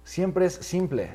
Siempre es simple.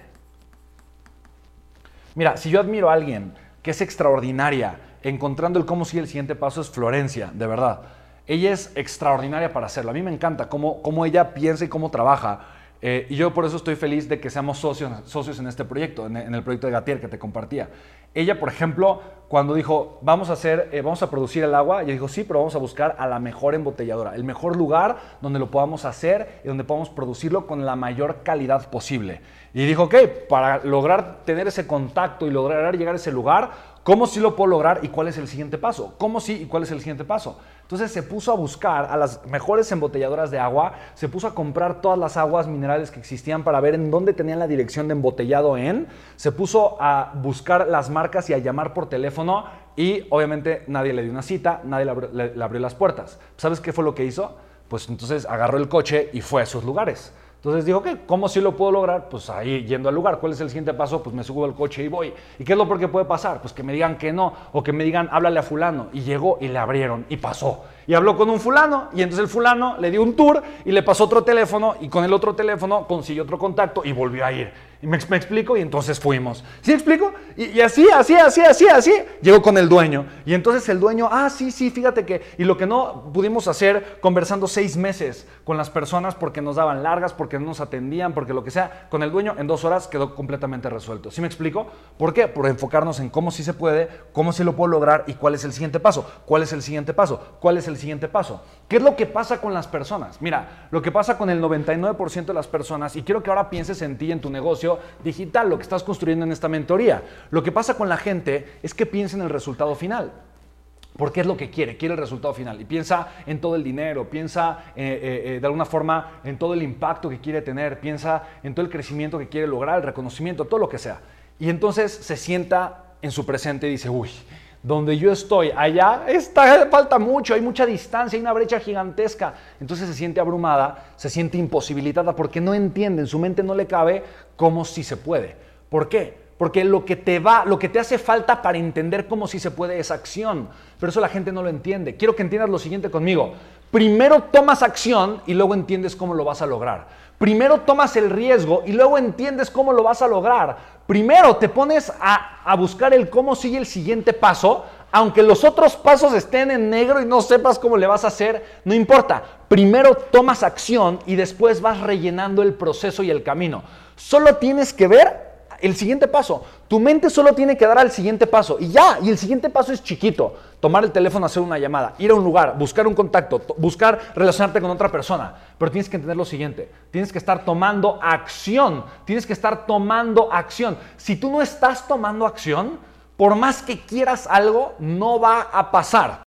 Mira, si yo admiro a alguien que es extraordinaria encontrando el cómo sigue el siguiente paso, es Florencia, de verdad. Ella es extraordinaria para hacerlo. A mí me encanta cómo ella piensa y cómo trabaja. Y yo por eso estoy feliz de que seamos socios en este proyecto, en el proyecto de Gatier que te compartía. Ella, por ejemplo, cuando dijo, vamos a producir el agua, ella dijo, sí, pero vamos a buscar a la mejor embotelladora, el mejor lugar donde lo podamos hacer y donde podamos producirlo con la mayor calidad posible. Y dijo, ok, para lograr tener ese contacto y lograr llegar a ese lugar, ¿cómo sí lo puedo lograr y cuál es el siguiente paso? ¿Cómo sí y cuál es el siguiente paso? Entonces se puso a buscar a las mejores embotelladoras de agua, se puso a comprar todas las aguas minerales que existían para ver en dónde tenían la dirección de embotellado se puso a buscar las marcas y a llamar por teléfono y obviamente nadie le dio una cita, nadie le abrió las puertas. ¿Sabes qué fue lo que hizo? Pues entonces agarró el coche y fue a esos lugares. Entonces dijo, ¿qué? ¿Cómo sí lo puedo lograr? Pues ahí, yendo al lugar. ¿Cuál es el siguiente paso? Pues me subo al coche y voy. ¿Y qué es lo peor que puede pasar? Pues que me digan que no, o que me digan, háblale a fulano. Y llegó y le abrieron y pasó. Y habló con un fulano, y entonces el fulano le dio un tour y le pasó otro teléfono, y con el otro teléfono consiguió otro contacto y volvió a ir. Y me explico, y entonces fuimos. ¿Sí me explico? Y así, llegó con el dueño. Y entonces el dueño, sí, fíjate que... Y lo que no pudimos hacer conversando 6 meses con las personas porque nos daban largas, porque no nos atendían, porque lo que sea, con el dueño en 2 horas quedó completamente resuelto. ¿Sí me explico? ¿Por qué? Por enfocarnos en cómo sí se puede, cómo sí lo puedo lograr y cuál es el siguiente paso. ¿Cuál es el siguiente paso? ¿Cuál es el siguiente paso? ¿Qué es lo que pasa con las personas? Mira, lo que pasa con el 99% de las personas, y quiero que ahora pienses en ti, en tu negocio digital, lo que estás construyendo en esta mentoría. Lo que pasa con la gente es que piensa en el resultado final. Porque es lo que quiere el resultado final. Y piensa en todo el dinero, piensa de alguna forma en todo el impacto que quiere tener, piensa en todo el crecimiento que quiere lograr, el reconocimiento, todo lo que sea. Y entonces se sienta en su presente y dice, uy, donde yo estoy, allá falta mucho, hay mucha distancia, hay una brecha gigantesca. Entonces se siente abrumada, se siente imposibilitada porque no entiende, en su mente no le cabe cómo sí se puede. ¿Por qué? Porque lo que te hace falta para entender cómo sí se puede es acción. Pero eso la gente no lo entiende. Quiero que entiendas lo siguiente conmigo. Primero tomas acción y luego entiendes cómo lo vas a lograr. Primero tomas el riesgo y luego entiendes cómo lo vas a lograr. Primero te pones a buscar el cómo sigue el siguiente paso, aunque los otros pasos estén en negro y no sepas cómo le vas a hacer, no importa. Primero tomas acción y después vas rellenando el proceso y el camino. Solo tienes que ver el siguiente paso. Tu mente solo tiene que dar al siguiente paso y ya. Y el siguiente paso es chiquito. Tomar el teléfono, hacer una llamada, ir a un lugar, buscar un contacto, buscar relacionarte con otra persona. Pero tienes que entender lo siguiente. Tienes que estar tomando acción. Tienes que estar tomando acción. Si tú no estás tomando acción, por más que quieras algo, no va a pasar.